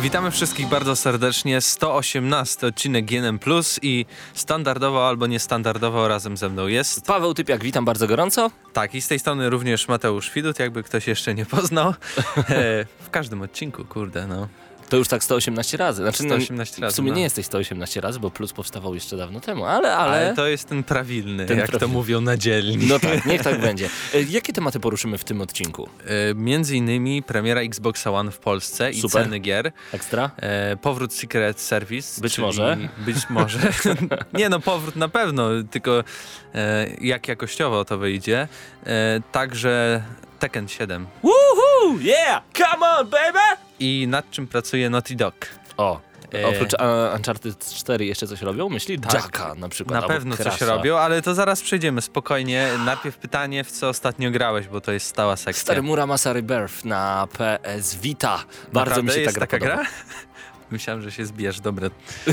Witamy wszystkich bardzo serdecznie. 118 odcinek GNM+, i standardowo albo niestandardowo razem ze mną jest Paweł Typiak, witam bardzo gorąco. Tak, i z tej strony również Mateusz Widut, jakby ktoś jeszcze nie poznał. W każdym odcinku, kurde, no. To już tak 118 razy. Znaczy, 118 razy. W sumie no. nie jesteś 118 razy, bo plus powstawał jeszcze dawno temu, ale to jest ten prawilny, jak to mówią na dzielni. No tak, niech tak będzie. Jakie tematy poruszymy w tym odcinku? Między innymi premiera Xboxa One w Polsce i Super. ceny gier. Ekstra? Powrót Secret Service. Być może. Być może. Nie no, powrót na pewno, tylko jak jakościowo to wyjdzie. Także Tekken 7. Woohoo! Yeah! Come on, baby! I nad czym pracuje Naughty Dog. Oprócz Uncharted 4 jeszcze coś robią? Myśli? Tak, Jacka na przykład. Na pewno coś robią, ale to zaraz przejdziemy spokojnie. Najpierw pytanie, w co ostatnio grałeś, bo to jest stała sekcja. Stary Muramasa Rebirth na PS Vita. Bardzo mi się jest ta gra taka podoba. gra? Myślałem, że się zbierz, dobra.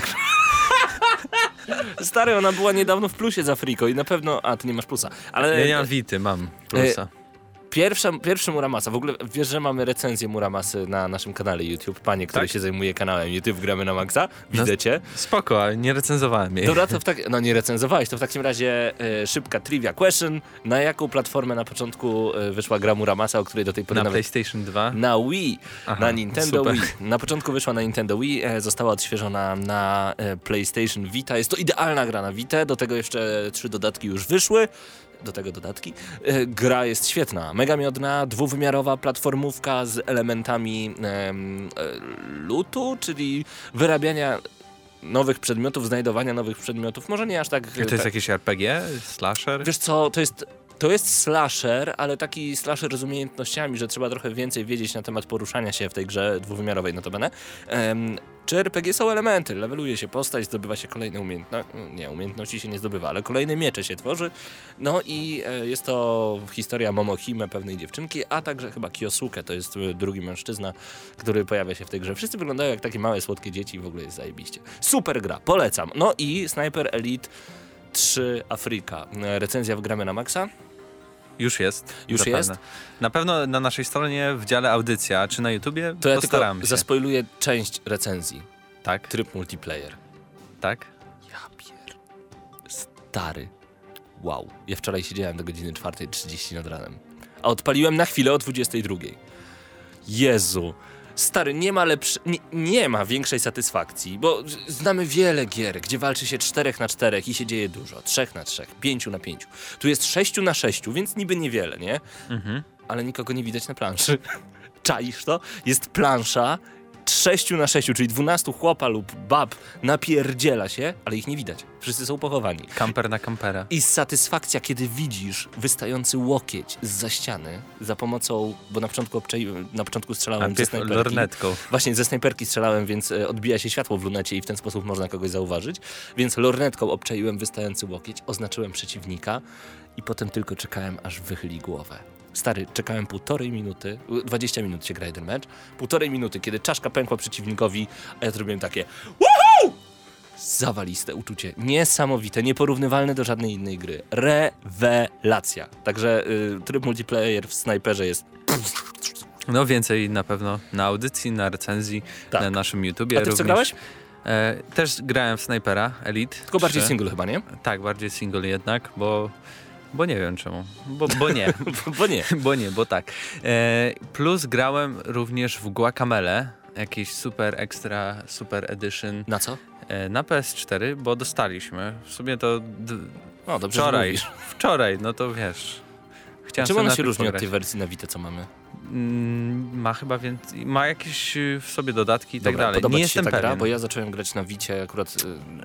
Stary, ona była niedawno w plusie za Friko i na pewno... A, ty nie masz plusa. Ale Ja nie mam Vity, mam plusa. Pierwszy Muramasa, w ogóle wiesz, że mamy recenzję Muramasy na naszym kanale YouTube, panie, który się zajmuje kanałem YouTube Gramy na Maxa, widzę cię. Spoko, ale nie recenzowałem jej. Dobra, to nie recenzowałeś, to w takim razie szybka trivia question, na jaką platformę na początku wyszła gra Muramasa, o której do tej pory na nawet... PlayStation 2? Na Wii, na Nintendo super. Wii. Na początku wyszła na Nintendo Wii, została odświeżona na PlayStation Vita, jest to idealna gra na Vita, do tego jeszcze 3 dodatki już wyszły. Do tego dodatki. Gra jest świetna, mega miodna, dwuwymiarowa platformówka z elementami lootu, czyli wyrabiania nowych przedmiotów, znajdowania nowych przedmiotów. Może nie aż tak... To jest jakieś RPG? Slasher? Wiesz co, to jest slasher, ale taki slasher z umiejętnościami, że trzeba trochę więcej wiedzieć na temat poruszania się w tej grze dwuwymiarowej notabene. Czy RPG są elementy, leveluje się postać, zdobywa się kolejne umiejętności się nie zdobywa, ale kolejne miecze się tworzy. No i jest to historia Momohime, pewnej dziewczynki, a także chyba Kyosuke, to jest drugi mężczyzna, który pojawia się w tej grze. Wszyscy wyglądają jak takie małe, słodkie dzieci i w ogóle jest zajebiście. Super gra, polecam. No i Sniper Elite 3 Afryka. Recenzja w Gramy na Maxa. Już jest. Już zapewne. jest? Na pewno na naszej stronie w dziale audycja, czy na YouTubie, To ja postaram tylko się. zaspoiluję część recenzji. Tak? Tryb multiplayer. Tak? Ja Stary. Wow. Ja wczoraj siedziałem do godziny 4:30 nad ranem. A odpaliłem na chwilę o 22:00. Jezu. Stary, nie ma większej satysfakcji, bo znamy wiele gier, gdzie walczy się 4-4 i się dzieje dużo. 3-3, 5-5. Tu jest 6-6, więc niby niewiele, nie? Ale nikogo nie widać na planszy. Czaisz to? Jest plansza 6-6, czyli 12 chłopa lub bab napierdziela się, ale ich nie widać. Wszyscy są pochowani. Kamper na kampera. I satysfakcja, kiedy widzisz wystający łokieć zza ściany za pomocą, bo na początku strzelałem ze snajperki. Lornetką. Właśnie ze snajperki strzelałem, więc odbija się światło w lunecie i w ten sposób można kogoś zauważyć. Więc lornetką obczaiłem wystający łokieć, oznaczyłem przeciwnika i potem tylko czekałem, aż wychyli głowę. Stary, czekałem 1,5 minuty, 20 minut się gra jeden mecz, 1,5 minuty, kiedy czaszka pękła przeciwnikowi, a ja zrobiłem takie woohoo! Zawaliste uczucie, niesamowite, nieporównywalne do żadnej innej gry. Rewelacja. Także tryb multiplayer w snajperze jest... No więcej na pewno na audycji, na recenzji, tak. na naszym YouTubie. A ty w co grałeś? Też grałem w Snipera Elite. Tylko bardziej single chyba, nie? Tak, bardziej single jednak, bo nie wiem czemu. Bo nie. Bo tak. Plus grałem również w Guacamele, jakiś super extra, super edition. Na co? Na PS4, bo dostaliśmy. W sumie to dobrze, wczoraj, no to wiesz. Czym ona się różni od tej wersji na Vita, co mamy? Ma chyba więcej, ma jakieś w sobie dodatki i tak dalej. Podoba nie ci się jestem ta gra, pewien. bo ja zacząłem grać na Vicie akurat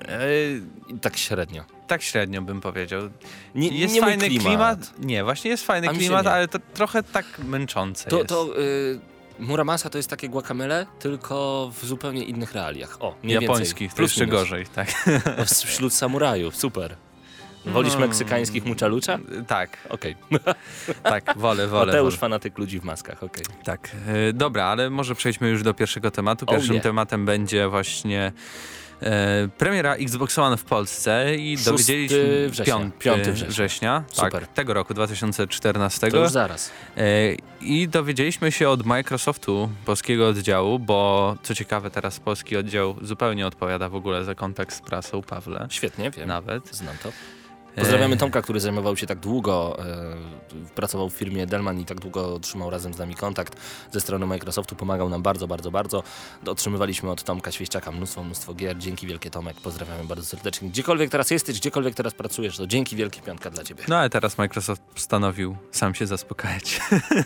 tak średnio. Tak średnio bym powiedział. Jest nie fajny klimat. Nie, właśnie jest fajny klimat, ale to trochę tak męczące jest. Muramasa to jest takie guacamele, tylko w zupełnie innych realiach. Japońskich, to jeszcze gorzej, tak. Wśród samurajów, super. Wolisz meksykańskich muczalucza? Tak. Okej. Tak, wolę. Mateusz, fanatyk ludzi w maskach, okej. Tak. Dobra, ale może przejdźmy już do pierwszego tematu. Pierwszym tematem będzie właśnie Premiera Xbox One w Polsce i dowiedzieliśmy 5 września tak, tego roku, 2014. To już zaraz. I dowiedzieliśmy się od Microsoftu polskiego oddziału, bo co ciekawe teraz polski oddział zupełnie odpowiada w ogóle za kontakt z prasą, Pawle. Świetnie, wiem. Nawet. Znam to. Pozdrawiamy Tomka, który zajmował się tak długo, pracował w firmie Dellman i tak długo trzymał razem z nami kontakt ze strony Microsoftu, pomagał nam bardzo, bardzo, bardzo. Otrzymywaliśmy od Tomka Świeściaka mnóstwo gier. Dzięki wielkie, Tomek, pozdrawiamy bardzo serdecznie. Gdziekolwiek teraz jesteś, gdziekolwiek teraz pracujesz, to dzięki wielkie, piątka dla ciebie. No ale teraz Microsoft postanowił sam się zaspokajać.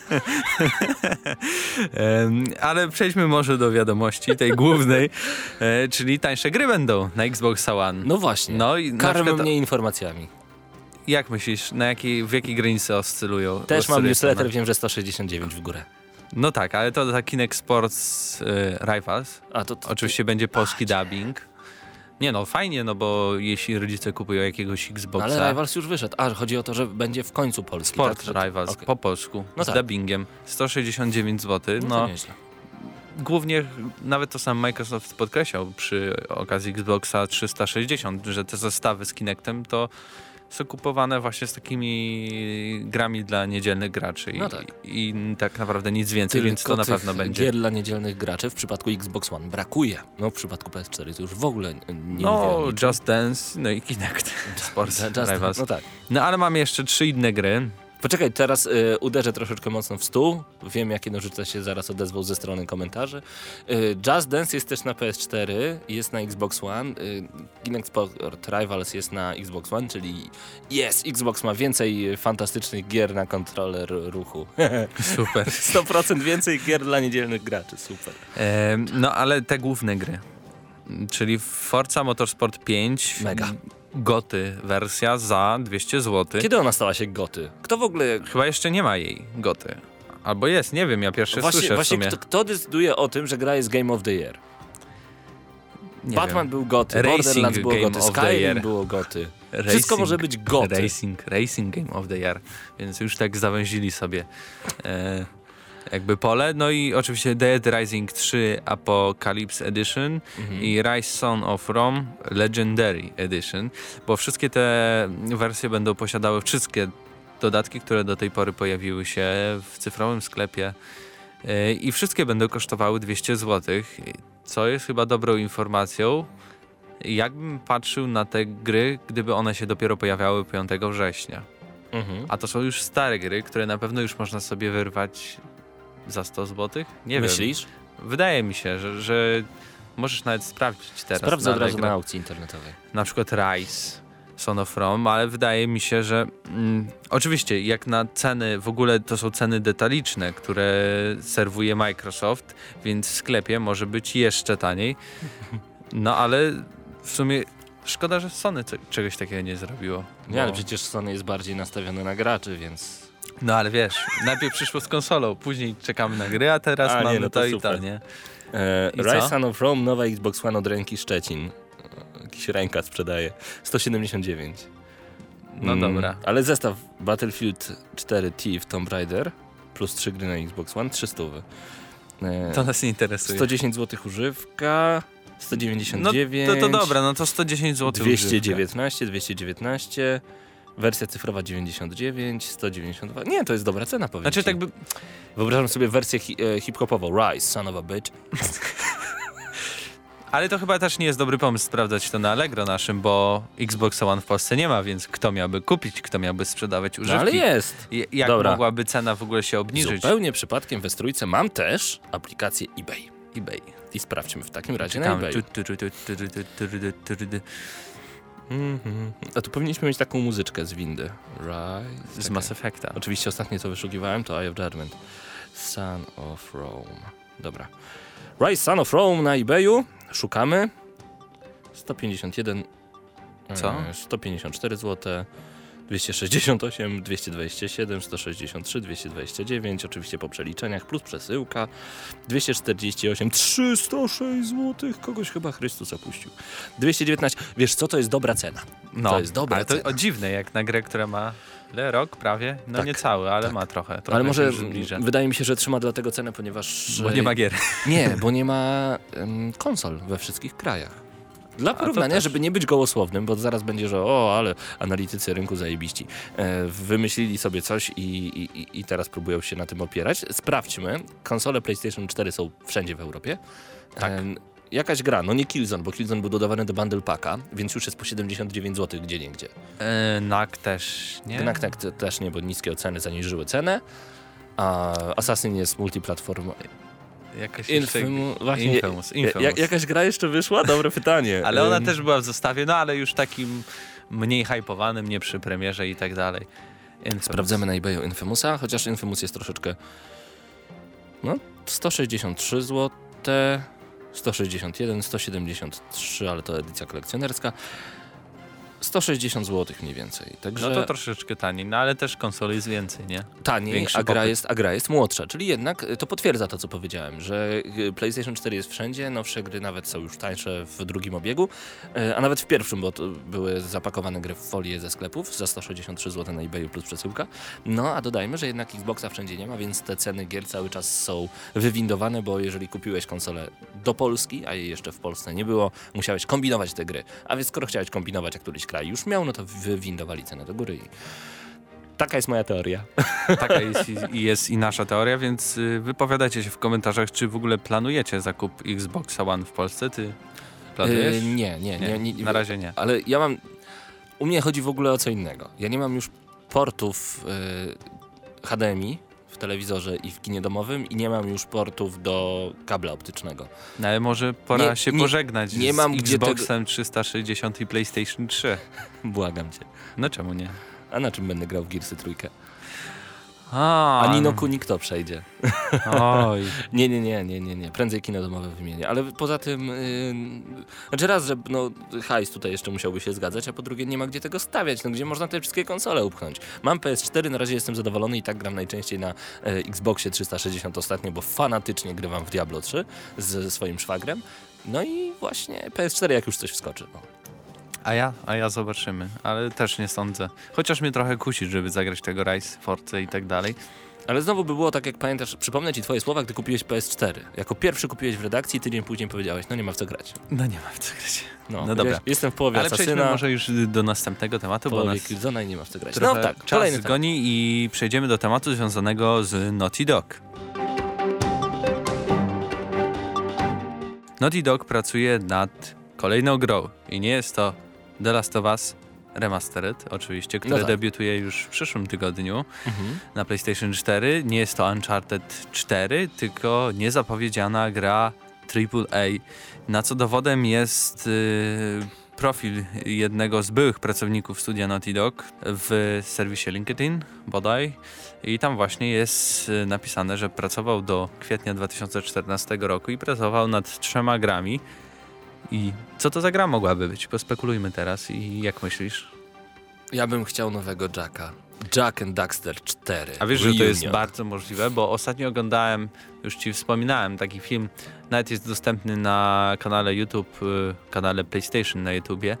Ale przejdźmy może do wiadomości tej głównej, czyli tańsze gry będą na Xbox One. No właśnie, karmy mnie informacjami. Jak myślisz, w jakiej granicy oscylują? Też mam newsletter, wiem, że 169 w górę. No tak, ale to dla Kinect Sports Rivals. Oczywiście będzie polski dubbing. Nie no, fajnie, no bo jeśli rodzice kupują jakiegoś Xboxa... Ale Rivals już wyszedł. chodzi o to, że będzie w końcu polski. Sport tak? Rivals, po polsku, z dubbingiem. 169 zł. No nieźle. Głównie, nawet to sam Microsoft podkreślał przy okazji Xboxa 360, że te zestawy z Kinectem to są kupowane właśnie z takimi grami dla niedzielnych graczy i tak naprawdę nic więcej, więc to na pewno będzie. Gier dla niedzielnych graczy w przypadku Xbox One brakuje. No w przypadku PS4 to już w ogóle nie Just Dance, no i Kinect. Sports Rivals. No tak. No ale mamy jeszcze 3 inne gry. Poczekaj, teraz uderzę troszeczkę mocno w stół. Wiem, jakie nożyce się zaraz odezwą ze strony komentarzy. Just Dance jest też na PS4, jest na Xbox One. Kinect Sport Rivals jest na Xbox One, czyli Xbox ma więcej fantastycznych gier na kontroler ruchu. Super. 100% więcej gier dla niedzielnych graczy, super. No ale te główne gry, czyli Forza Motorsport 5. Mega. Goty wersja za 200 zł. Kiedy ona stała się goty? Kto w ogóle... Chyba jeszcze nie ma jej goty. Albo jest, nie wiem, ja pierwszy słyszę w sumie. Kto decyduje o tym, że gra jest Game of the Year? Batman był goty, Borderlands było goty, Skyrim było goty. Wszystko może być goty. Racing Game of the Year. Więc już tak zawęzili sobie jakby pole. No i oczywiście Dead Rising 3 Apocalypse Edition i Rise Son of Rome Legendary Edition, bo wszystkie te wersje będą posiadały wszystkie dodatki, które do tej pory pojawiły się w cyfrowym sklepie i wszystkie będą kosztowały 200 zł, co jest chyba dobrą informacją. Jakbym patrzył na te gry, gdyby one się dopiero pojawiały 5 września. A to są już stare gry, które na pewno już można sobie wyrwać za 100 zł? Nie Myślisz? Wiem. Wydaje mi się, że możesz nawet sprawdzić teraz. Sprawdzę od razu na aukcji internetowej. Na przykład Rise, Son of Rome, ale wydaje mi się, że oczywiście jak na ceny, w ogóle to są ceny detaliczne, które serwuje Microsoft, więc w sklepie może być jeszcze taniej. No ale w sumie szkoda, że Sony czegoś takiego nie zrobiło. Nie, ale przecież Sony jest bardziej nastawione na graczy, więc... No ale wiesz, najpierw przyszło z konsolą, później czekamy na gry, a teraz mamy to i to, nie? Rise Son of Rome, nowa Xbox One od ręki Szczecin. Jakiś ręka sprzedaje. 179. No dobra. Ale zestaw Battlefield 4 Thief Tomb Raider plus 3 gry na Xbox One, 300. To nas nie interesuje. 110 zł używka, 199. No to dobra, no to 110 zł 219, wersja cyfrowa 99, 192. Nie, to jest dobra cena, powiem Znaczy ci. tak by... Wyobrażam sobie wersję hip-hopową. Rise, son of a bitch. Ale to chyba też nie jest dobry pomysł sprawdzać to na Allegro naszym, bo Xbox One w Polsce nie ma, więc kto miałby kupić, kto miałby sprzedawać używki? No ale jest. Jak mogłaby cena w ogóle się obniżyć? Zupełnie przypadkiem we Trójce mam też aplikację eBay. I sprawdźmy w takim razie na eBay. A tu powinniśmy mieć taką muzyczkę z windy. Z Mass Effecta. Oczywiście ostatnie co wyszukiwałem to Eye of Judgment. Son of Rome. Dobra. Rise Son of Rome na eBayu. Szukamy. 151. Co? 154 zł. 268, 227, 163, 229, oczywiście po przeliczeniach, plus przesyłka, 248, 306 zł, kogoś chyba Chrystus opuścił, 219, wiesz co, to jest dobra cena. No, to jest dobra ale to cena. dziwne, jak na grę, która ma rok prawie, no tak, nie cały, ale tak. Ma trochę ale może wydaje mi się, że trzyma dlatego cenę, ponieważ... Bo nie ma gier. Nie, bo nie ma konsol we wszystkich krajach. Dla porównania, żeby nie być gołosłownym, bo zaraz będzie, że ale analitycy rynku zajebiści. Wymyślili sobie coś i teraz próbują się na tym opierać. Sprawdźmy. Konsole PlayStation 4 są wszędzie w Europie. Tak. Jakaś gra, no nie Killzone, bo Killzone był dodawany do Bundle Packa, więc już jest po 79 zł gdzieniegdzie. NAC też nie? NAC też nie, bo niskie oceny zaniżyły cenę. A Assassin jest multiplatform. Jakaś Infamous. Infamous. Jakaś gra jeszcze wyszła? Dobre pytanie. Ale ona też była w zestawie, no ale już takim mniej hypowanym, nie przy premierze i tak dalej. Sprawdzamy na eBayu Infamousa, chociaż Infamous jest troszeczkę 163 zł, 161, 173, ale to edycja kolekcjonerska. 160 zł mniej więcej. Także... No to troszeczkę taniej, no ale też konsoli jest więcej, nie? Taniej, a gra jest młodsza, czyli jednak to potwierdza to, co powiedziałem, że PlayStation 4 jest wszędzie, nowsze gry nawet są już tańsze w drugim obiegu, a nawet w pierwszym, bo to były zapakowane gry w folię ze sklepów za 163 zł na eBayu plus przesyłka. No a dodajmy, że jednak Xboxa wszędzie nie ma, więc te ceny gier cały czas są wywindowane, bo jeżeli kupiłeś konsolę do Polski, a jej jeszcze w Polsce nie było, musiałeś kombinować te gry. A więc skoro chciałeś kombinować, a któryś kraj już miał, no to wywindowali cenę do góry i taka jest moja teoria. Taka jest i nasza teoria, więc wypowiadajcie się w komentarzach, czy w ogóle planujecie zakup Xboxa One w Polsce? Ty planujesz? Nie. Na razie nie. Ale u mnie chodzi w ogóle o co innego. Ja nie mam już portów HDMI w telewizorze i w kinie domowym i nie mam już portów do kabla optycznego. No ale może pora się pożegnać z Xboxem 360 i PlayStation 3. Błagam cię. No czemu nie? A na czym będę grał w Gearsy trójkę? A Ni no Kuni kto przejdzie? Oj. Nie. Prędzej kino domowe wymienię. Ale poza tym, znaczy raz, że hajs tutaj jeszcze musiałby się zgadzać, a po drugie nie ma gdzie tego stawiać, gdzie można te wszystkie konsole upchnąć. Mam PS4, na razie jestem zadowolony i tak gram najczęściej na Xboxie 360 ostatnio, bo fanatycznie grywam w Diablo 3 ze swoim szwagrem. No i właśnie PS4 jak już coś wskoczy. No. A ja zobaczymy, ale też nie sądzę. Chociaż mnie trochę kusi, żeby zagrać tego Rise, Forza i tak dalej. Ale znowu by było tak, jak pamiętasz, przypomnę ci twoje słowa, gdy kupiłeś PS4. Jako pierwszy kupiłeś w redakcji, tydzień później powiedziałeś, no nie ma w co grać. No nie ma w co grać. No dobra. Jestem w połowie Asasyna. Ale przejdźmy może już do następnego tematu, bo nas Killzona i nie ma w co grać. No tak, czas goni i przejdziemy do tematu związanego z Naughty Dog. Naughty Dog pracuje nad kolejną grą i nie jest to The Last of Us Remastered, oczywiście, które debiutuje już w przyszłym tygodniu na PlayStation 4. Nie jest to Uncharted 4, tylko niezapowiedziana gra AAA, na co dowodem jest profil jednego z byłych pracowników studia Naughty Dog w serwisie LinkedIn bodaj i tam właśnie jest napisane, że pracował do kwietnia 2014 roku i pracował nad 3 grami. I co to za gra mogłaby być? Pospekulujmy teraz i jak myślisz? Ja bym chciał nowego Jacka. Jak and Daxter 4. A wiesz, że to jest bardzo możliwe, bo ostatnio oglądałem, już ci wspominałem, taki film, nawet jest dostępny na kanale YouTube, kanale PlayStation na YouTubie.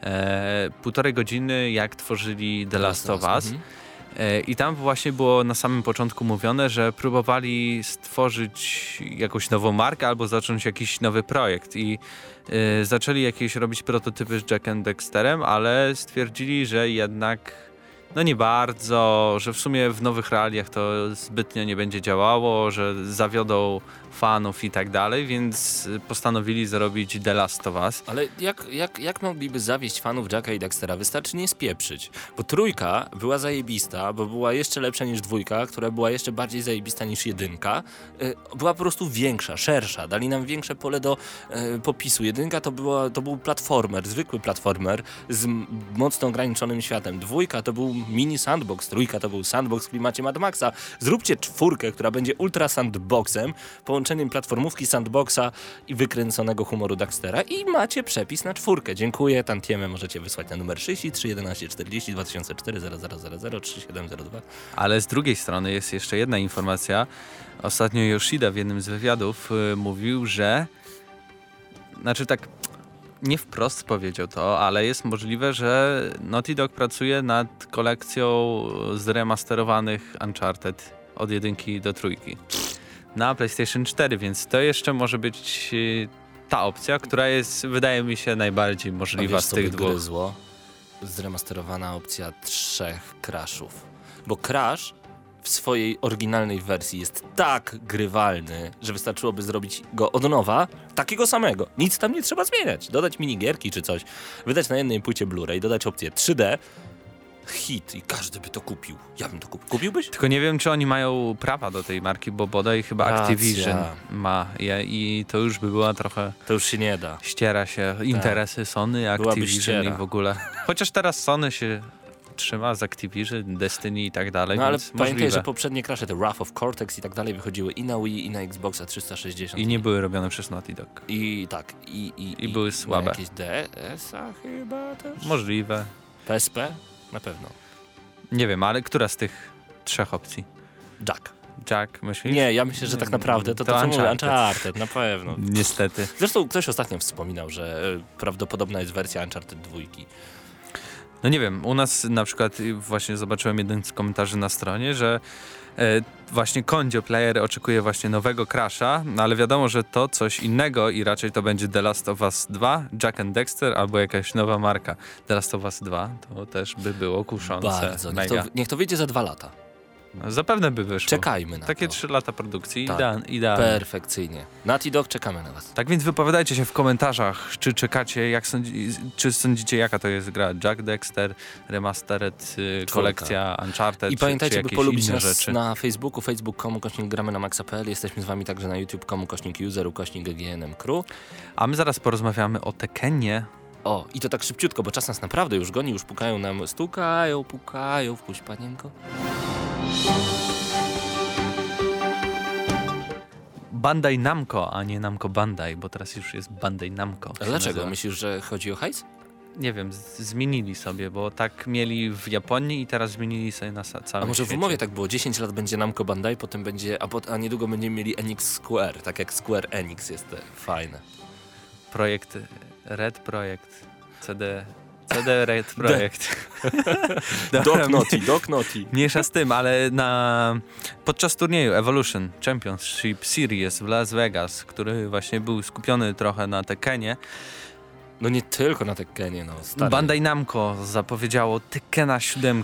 1,5 godziny jak tworzyli The Last of Us. I tam właśnie było na samym początku mówione, że próbowali stworzyć jakąś nową markę albo zacząć jakiś nowy projekt i zaczęli jakieś robić prototypy z Jackiem Dexterem, ale stwierdzili, że jednak nie bardzo, że w sumie w nowych realiach to zbytnio nie będzie działało, że zawiodą fanów i tak dalej, więc postanowili zrobić The Last of Us. Ale jak mogliby zawieść fanów Jacka i Dextera? Wystarczy nie spieprzyć, bo 3 była zajebista, bo była jeszcze lepsza niż 2, która była jeszcze bardziej zajebista niż 1. Była po prostu większa, szersza, dali nam większe pole do popisu. 1 to był platformer, zwykły platformer z mocno ograniczonym światem. 2 to był mini sandbox, 3 to był sandbox w klimacie Mad Maxa. Zróbcie 4, która będzie ultra sandboxem, połączeniem platformówki, sandboxa i wykręconego humoru Daxtera i macie przepis na 4. Dziękuję, tantiemę możecie wysłać na numer 33 11 40 2004 0000 3702. Ale z drugiej strony jest jeszcze jedna informacja. Ostatnio Yoshida w jednym z wywiadów mówił, że tak nie wprost powiedział to, ale jest możliwe, że Naughty Dog pracuje nad kolekcją zremasterowanych Uncharted od 1 do 3 na PlayStation 4, więc to jeszcze może być ta opcja, która jest, wydaje mi się, najbardziej możliwa z tych dwóch. Gryzło? Zremasterowana opcja 3 Crashów. Bo Crash w swojej oryginalnej wersji jest tak grywalny, że wystarczyłoby zrobić go od nowa, takiego samego. Nic tam nie trzeba zmieniać. Dodać minigierki czy coś, wydać na jednej płycie Blu-ray, dodać opcję 3D, hit i każdy by to kupił. Ja bym to kupił. Kupiłbyś? Tylko nie wiem, czy oni mają prawa do tej marki, bo bodaj chyba Activision ma je i to już by była trochę... To już się nie da. Ściera się interesy Sony, Activision i w ogóle. Chociaż teraz Sony się trzyma z Activision, Destiny i tak dalej, no ale więc pamiętaj, możliwe. że poprzednie Crashe, te Wrath of Cortex i tak dalej wychodziły i na Wii, i na Xboxa 360. I nie były robione przez Naughty Dog. I tak. I były słabe. Jakieś DS-a chyba też? Możliwe. PSP? Na pewno. Nie wiem, ale która z tych 3 opcji? Jack, myślisz? Nie, ja myślę, że tak naprawdę to co mówię, Uncharted, na pewno. Niestety. Zresztą ktoś ostatnio wspominał, że prawdopodobna jest wersja Uncharted 2. No nie wiem, u nas na przykład właśnie zobaczyłem jeden z komentarzy na stronie, że właśnie Kondzio Player oczekuje właśnie nowego Crasha, no ale wiadomo, że to coś innego i raczej to będzie The Last of Us 2, Jack and Dexter albo jakaś nowa marka. The Last of Us 2 to też by było kuszące. Bardzo, niech to wyjdzie za 2 lata. No, zapewne by wyszło. Czekajmy na Takie to. 3 lata produkcji, Tak. idealnie. Perfekcyjnie. Naughty Dog, czekamy na was. Tak więc wypowiadajcie się w komentarzach, czy czekacie, czy sądzicie, jaka to jest gra. Jack Dexter, Remastered, kolekcja Uncharted, i pamiętajcie, czy by jakieś polubić inne nas rzeczy. na Facebooku, facebook.com/gramy na maxa.pl. Jesteśmy z wami także na youtube.com/user/GNM Crew. A my zaraz porozmawiamy o Tekkenie. O, i to tak szybciutko, bo czas nas naprawdę już goni, już pukają nam, stukają, pukają, wpuść panienko. Bandai Namco, a nie Namco Bandai, bo teraz już jest Bandai Namco. A dlaczego? Myślisz, że chodzi o hajs? Nie wiem, zmienili sobie, bo tak mieli w Japonii i teraz zmienili sobie na całym A może świecie. w umowie tak było, 10 lat będzie Namco Bandai, potem będzie, a niedługo będziemy mieli Enix Square, tak jak Square Enix jest fajne. Projekt, Red Projekt, CD Red Projekt. Doc Naughty. Mniejsza z tym, ale podczas turnieju Evolution Championship Series w Las Vegas, który właśnie był skupiony trochę na Tekkenie. No nie tylko na Tekkenie, no stary. Bandai Namco zapowiedziało Tekkena 7.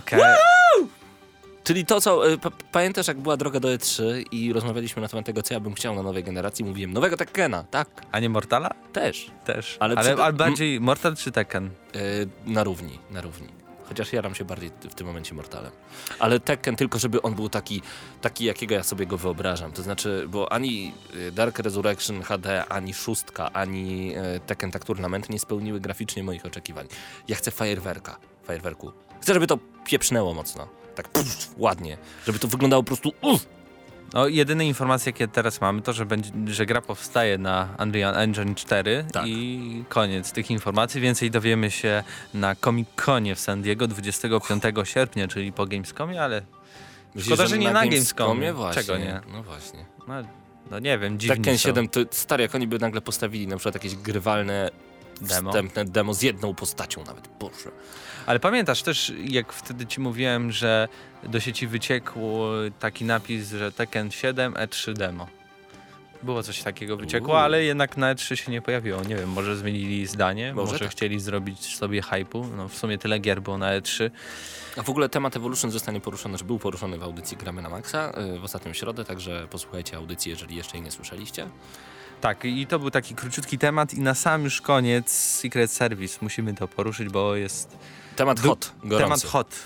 Czyli to, co... Pamiętasz, jak była droga do E3 i rozmawialiśmy na temat tego, co ja bym chciał na nowej generacji? Mówiłem, nowego Tekkena, tak. A nie Mortala? Też. Ale bardziej Mortal czy Tekken? Na równi. Chociaż jaram się bardziej w tym momencie Mortalem. Ale Tekken tylko, żeby on był taki jakiego ja sobie go wyobrażam. To znaczy, bo ani Dark Resurrection HD, ani 6, ani Tekken Tag Tournament nie spełniły graficznie moich oczekiwań. Ja chcę fajerwerku. Chcę, żeby to pieprznęło mocno. Tak ładnie. Żeby to wyglądało po prostu No, jedyne informacje, jakie teraz mamy, to, że gra powstaje na Unreal Engine 4 tak. I koniec tych informacji. Więcej dowiemy się na Comic-Conie w San Diego 25 sierpnia, czyli po Gamescomie, ale szkoda, że nie na Gamescomie. Właśnie. Czego nie? No właśnie. No nie wiem, dziwnie Tekken są. 7, to stary, jak oni by nagle postawili na przykład jakieś grywalne wstępne demo z jedną postacią nawet, Boże. Ale pamiętasz też, jak wtedy ci mówiłem, że do sieci wyciekł taki napis, że Tekken 7 E3 demo. Było coś takiego wyciekło, ale jednak na E3 się nie pojawiło. Nie wiem, może zmienili zdanie, może tak. Chcieli zrobić sobie hype'u. No w sumie tyle gier było na E3. A w ogóle temat Evolution zostanie poruszony, że był poruszony w audycji Gramy na Maxa w ostatnią środę, także posłuchajcie audycji, jeżeli jeszcze jej nie słyszeliście. Tak, i to był taki króciutki temat i na sam już koniec Secret Service musimy to poruszyć, bo jest... Temat hot, gorący. Temat hot.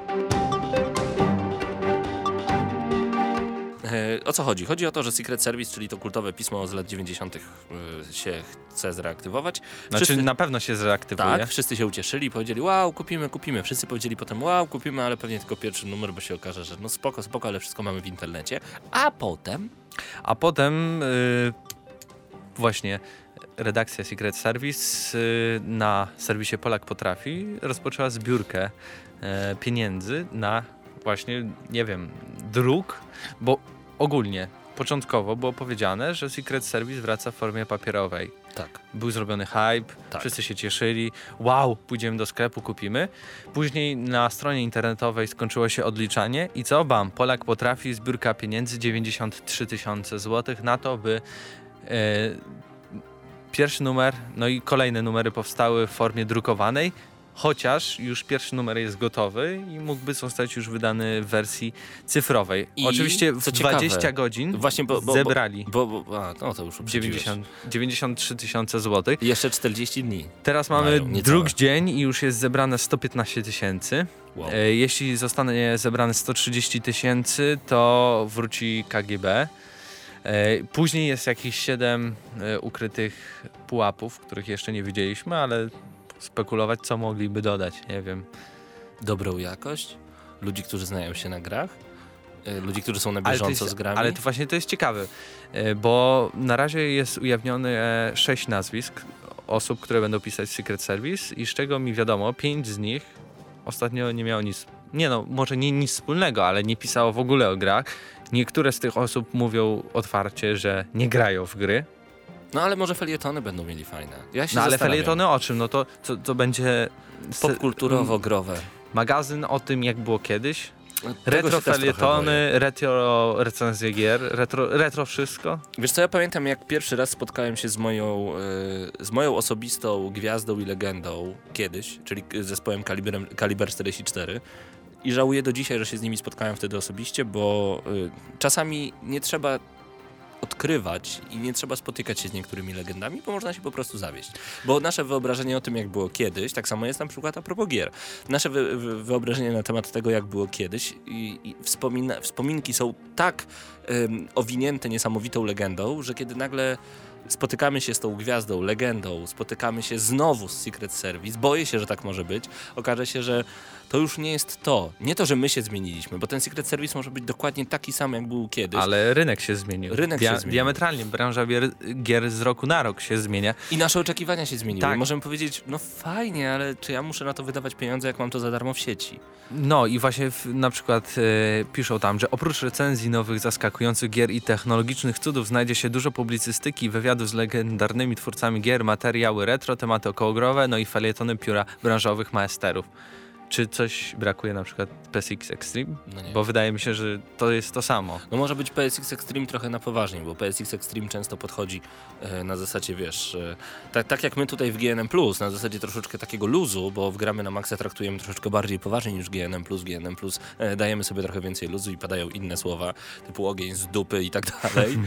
O co chodzi? Chodzi o to, że Secret Service, czyli to kultowe pismo z lat 90. się chce zreaktywować. Znaczy na pewno się zreaktywuje. Tak, wszyscy się ucieszyli, powiedzieli wow, kupimy. Wszyscy powiedzieli potem wow, kupimy, ale pewnie tylko pierwszy numer, bo się okaże, że no spoko, ale wszystko mamy w internecie. A potem właśnie redakcja Secret Service na serwisie Polak Potrafi rozpoczęła zbiórkę pieniędzy na właśnie, nie wiem, druk, bo ogólnie, początkowo było powiedziane, że Secret Service wraca w formie papierowej. Tak. Był zrobiony hype, wszyscy się cieszyli, wow, pójdziemy do sklepu, kupimy. Później na stronie internetowej skończyło się odliczanie i co? Bam, Polak Potrafi, zbiórka pieniędzy, 93 000 złotych na to, by pierwszy numer, no i kolejne numery powstały w formie drukowanej, chociaż już pierwszy numer jest gotowy i mógłby zostać już wydany w wersji cyfrowej. I oczywiście w 20 ciekawe, godzin właśnie zebrali no to już 93 tysiące złotych. Jeszcze 40 dni. Teraz mamy drugi dzień i już jest zebrane 115 tysięcy. Wow. Jeśli zostanie zebrane 130 tysięcy, to wróci KGB. Później jest jakieś 7 ukrytych pułapów, których jeszcze nie widzieliśmy, ale spekulować, co mogliby dodać, nie wiem. Dobrą jakość? Ludzi, którzy znają się na grach? Ludzi, którzy są na bieżąco z grami? Ale to właśnie to jest ciekawe, bo na razie jest ujawnione 6 nazwisk osób, które będą pisać Secret Service i z czego mi wiadomo, 5 z nich ostatnio nie miało nic, może nie nic wspólnego, ale nie pisało w ogóle o grach. Niektóre z tych osób mówią otwarcie, że nie grają w gry. No ale może felietony będą mieli fajne. Ja się ale felietony o czym? No to będzie... Popkulturowo-growe. Magazyn o tym, jak było kiedyś. Retro felietony, retro recenzje gier, retro wszystko. Wiesz co, ja pamiętam, jak pierwszy raz spotkałem się z moją osobistą gwiazdą i legendą kiedyś, czyli zespołem Kaliber 44. I żałuję do dzisiaj, że się z nimi spotkałem wtedy osobiście, bo czasami nie trzeba odkrywać i nie trzeba spotykać się z niektórymi legendami, bo można się po prostu zawieść. Bo nasze wyobrażenie o tym, jak było kiedyś, tak samo jest na przykład a propos gier. Nasze wyobrażenie na temat tego, jak było kiedyś i wspominki są tak owinięte niesamowitą legendą, że kiedy nagle spotykamy się z tą gwiazdą, legendą, spotykamy się znowu z Secret Service, boję się, że tak może być, okaże się, że to już nie jest to. Nie to, że my się zmieniliśmy, bo ten Secret Service może być dokładnie taki sam, jak był kiedyś. Ale rynek się zmienił. Diametralnie. Branża gier z roku na rok się zmienia. I nasze oczekiwania się zmieniły. Tak. Możemy powiedzieć, no fajnie, ale czy ja muszę na to wydawać pieniądze, jak mam to za darmo w sieci? No i właśnie na przykład piszą tam, że oprócz recenzji nowych, zaskakujących gier i technologicznych cudów znajdzie się dużo publicystyki, wywiadów z legendarnymi twórcami gier, materiały retro, tematy okołogrowe, no i felietony pióra branżowych maesterów. Czy coś brakuje na przykład PSX Extreme? No nie. Bo wydaje mi się, że to jest to samo. No może być PSX Extreme trochę na poważniej, bo PSX Extreme często podchodzi na zasadzie, wiesz, tak jak my tutaj w GNM+, na zasadzie troszeczkę takiego luzu, bo w gramy na maksa traktujemy troszeczkę bardziej poważnie niż GNM+. GNM+, dajemy sobie trochę więcej luzu i padają inne słowa, typu ogień z dupy i tak dalej.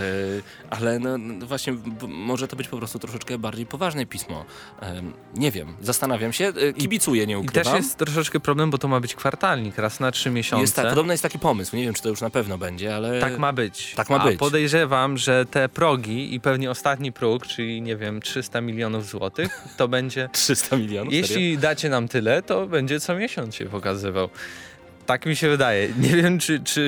Ale no właśnie może to być po prostu troszeczkę bardziej poważne pismo. Nie wiem, zastanawiam się, kibicuję, nie ukrywam. I też jest troszeczkę problem, bo to ma być kwartalnik, raz na 3 miesiące. Podobno jest taki pomysł, nie wiem, czy to już na pewno będzie, ale... Tak ma być. Tak ma być. Podejrzewam, że te progi i pewnie ostatni próg, czyli nie wiem, 300 milionów złotych, to będzie... 300 milionów? Jeśli serio? dacie nam tyle, to będzie co miesiąc się pokazywał. Tak mi się wydaje. Nie wiem,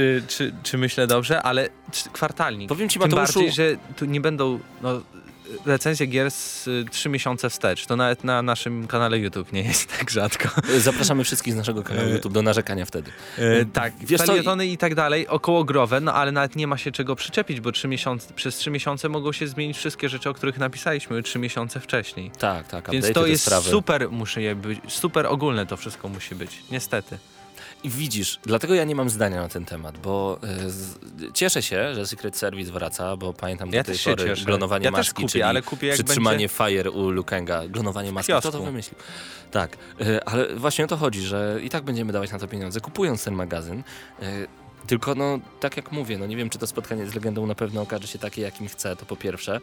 czy myślę dobrze, ale kwartalnik. Powiem ci, Tym Mateuszu... bardziej, że tu nie będą... recenzje gier z 3 miesiące wstecz. To nawet na naszym kanale YouTube nie jest tak rzadko. Zapraszamy wszystkich z naszego kanału YouTube do narzekania wtedy. Tak, felietony i tak dalej, okołogrowe, no ale nawet nie ma się czego przyczepić, bo przez 3 miesiące mogą się zmienić wszystkie rzeczy, o których napisaliśmy 3 miesiące wcześniej. Tak. Więc to jest super, super ogólne to wszystko musi być, niestety. I widzisz, dlatego ja nie mam zdania na ten temat, bo cieszę się, że Secret Service wraca, bo pamiętam do tej pory glonowanie maski, kupię, czyli ale kupię, jak przytrzymanie będzie... Fire u Liu Kanga. Glonowanie maski, kto to wymyślił? Tak, ale właśnie o to chodzi, że i tak będziemy dawać na to pieniądze, kupując ten magazyn. Tylko tak jak mówię, nie wiem, czy to spotkanie z legendą na pewno okaże się takie, jakim chcę, to po pierwsze.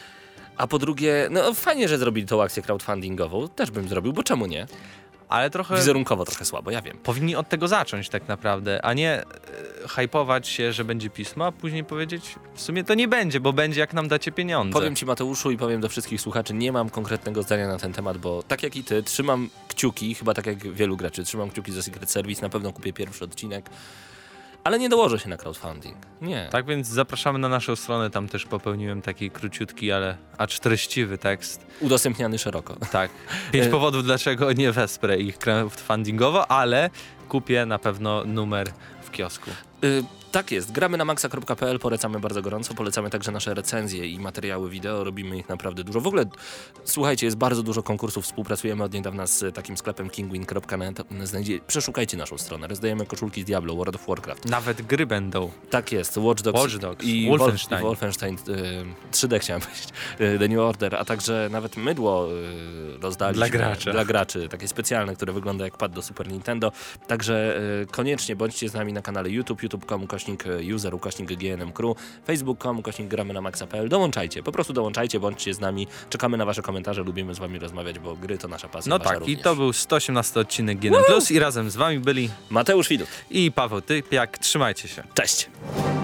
A po drugie, fajnie, że zrobili tą akcję crowdfundingową, też bym zrobił, bo czemu nie? Ale trochę... Wizerunkowo trochę słabo, ja wiem. Powinni od tego zacząć tak naprawdę, a nie hypować się, że będzie pismo, a później powiedzieć, w sumie to nie będzie, bo będzie jak nam dacie pieniądze. Powiem ci, Mateuszu, i powiem do wszystkich słuchaczy, nie mam konkretnego zdania na ten temat, bo tak jak i ty, trzymam kciuki, chyba tak jak wielu graczy, trzymam kciuki za Secret Service, na pewno kupię pierwszy odcinek, ale nie dołożę się na crowdfunding. Nie. Tak więc zapraszamy na naszą stronę, tam też popełniłem taki króciutki, ale acz treściwy tekst. Udostępniany szeroko. Tak. 5 powodów, dlaczego nie wesprę ich crowdfundingowo, ale kupię na pewno numer w kiosku. Tak jest, gramy na maxa.pl, polecamy bardzo gorąco, polecamy także nasze recenzje i materiały wideo, robimy ich naprawdę dużo. W ogóle, słuchajcie, jest bardzo dużo konkursów, współpracujemy od niedawna z takim sklepem kingwin.net, przeszukajcie naszą stronę, rozdajemy koszulki z Diablo, World of Warcraft. Nawet gry będą. Tak jest, Watch Dogs i Wolfenstein 3D chciałem powiedzieć, The New Order, a także nawet mydło rozdaliśmy dla graczy, takie specjalne, które wygląda jak pad do Super Nintendo, także koniecznie bądźcie z nami na kanale youtube.com/user/GNM Crew, facebook.com/gramy na maxa.pl. Dołączajcie, po prostu dołączajcie, bądźcie z nami, czekamy na wasze komentarze, lubimy z wami rozmawiać, bo gry to nasza pasja. No tak, również. i to był 118 odcinek GNM Plus i razem z wami byli Mateusz Widut i Paweł Typiak. Trzymajcie się. Cześć!